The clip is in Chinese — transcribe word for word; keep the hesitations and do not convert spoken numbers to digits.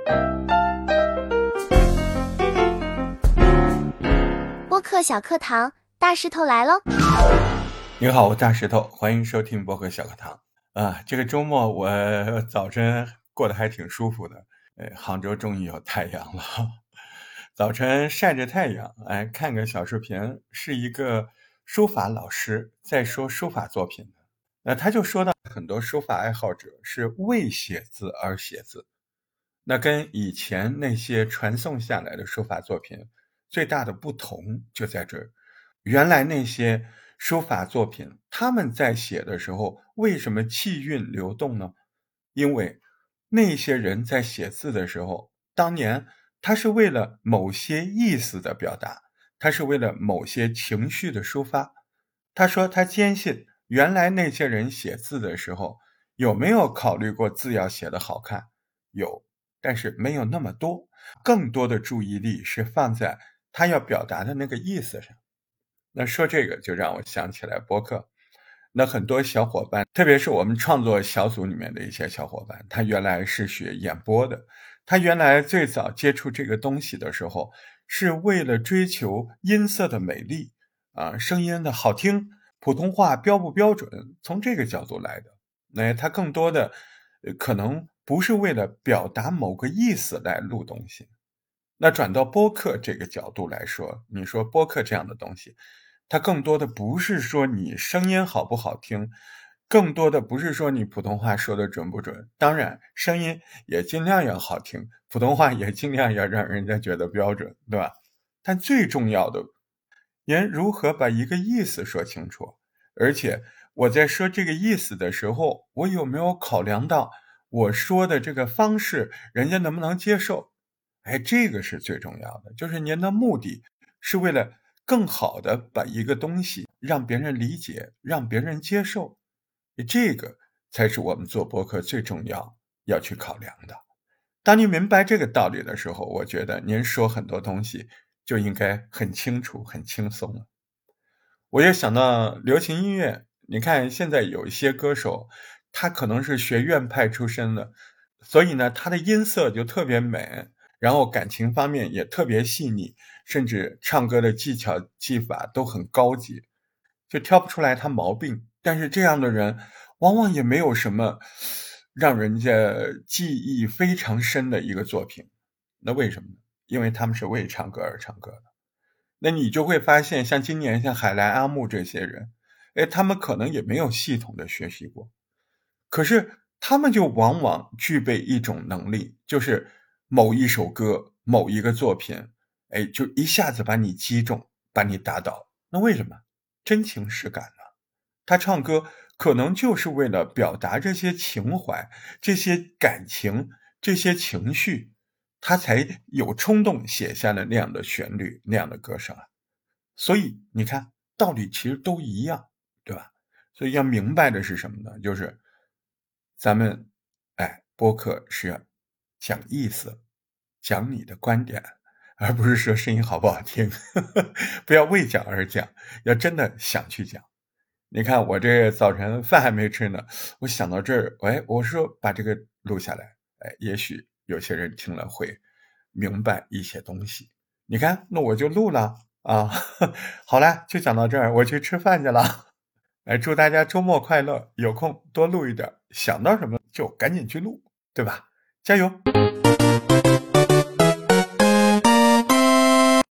播客小课堂，大石头来喽！ 你好，我大石头，欢迎收听播客小课堂啊。这个周末我早晨过得还挺舒服的，呃，杭州终于有太阳了，早晨晒着太阳，哎，看个小视频，是一个书法老师在说书法作品的，那他就说到很多书法爱好者是为写字而写字，那跟以前那些传送下来的书法作品最大的不同就在这儿，原来那些书法作品他们在写的时候为什么气韵流动呢？因为那些人在写字的时候，当年他是为了某些意思的表达，他是为了某些情绪的抒发。他说他坚信原来那些人写字的时候有没有考虑过字要写得好看？有，但是没有那么多，更多的注意力是放在他要表达的那个意思上。那说这个就让我想起来播客，那很多小伙伴，特别是我们创作小组里面的一些小伙伴，他原来是学演播的，他原来最早接触这个东西的时候是为了追求音色的美丽啊，声音的好听，普通话标不标准，从这个角度来的。那他更多的可能不是为了表达某个意思来录东西。那转到播客这个角度来说，你说播客这样的东西，它更多的不是说你声音好不好听，更多的不是说你普通话说的准不准，当然声音也尽量要好听，普通话也尽量要让人家觉得标准，对吧？但最重要的，人如何把一个意思说清楚，而且我在说这个意思的时候，我有没有考量到我说的这个方式人家能不能接受？哎，这个是最重要的，就是您的目的是为了更好的把一个东西让别人理解，让别人接受，这个才是我们做播客最重要要去考量的。当你明白这个道理的时候，我觉得您说很多东西就应该很清楚、很轻松了。我也想到流行音乐，你看现在有一些歌手，他可能是学院派出身的，所以呢，他的音色就特别美，然后感情方面也特别细腻，甚至唱歌的技巧技法都很高级，就挑不出来他毛病。但是这样的人往往也没有什么让人家记忆非常深的一个作品。那为什么呢？因为他们是为唱歌而唱歌的。那你就会发现像今年像海莱阿木这些人，哎，他们可能也没有系统的学习过，可是他们就往往具备一种能力，就是某一首歌某一个作品，哎，就一下子把你击中，把你打倒。那为什么？真情实感呢？他唱歌可能就是为了表达这些情怀，这些感情，这些情绪，他才有冲动写下了那样的旋律，那样的歌声啊。所以你看道理其实都一样，对吧？所以要明白的是什么呢？就是咱们哎播客是要讲意思，讲你的观点，而不是说声音好不好听不要为讲而讲，要真的想去讲。你看我这早晨饭还没吃呢，我想到这儿，哎，我说把这个录下来，哎，也许有些人听了会明白一些东西。你看，那我就录了啊。好了，就讲到这儿，我去吃饭去了。哎，祝大家周末快乐，有空多录一点，想到什么就赶紧去录，对吧？加油！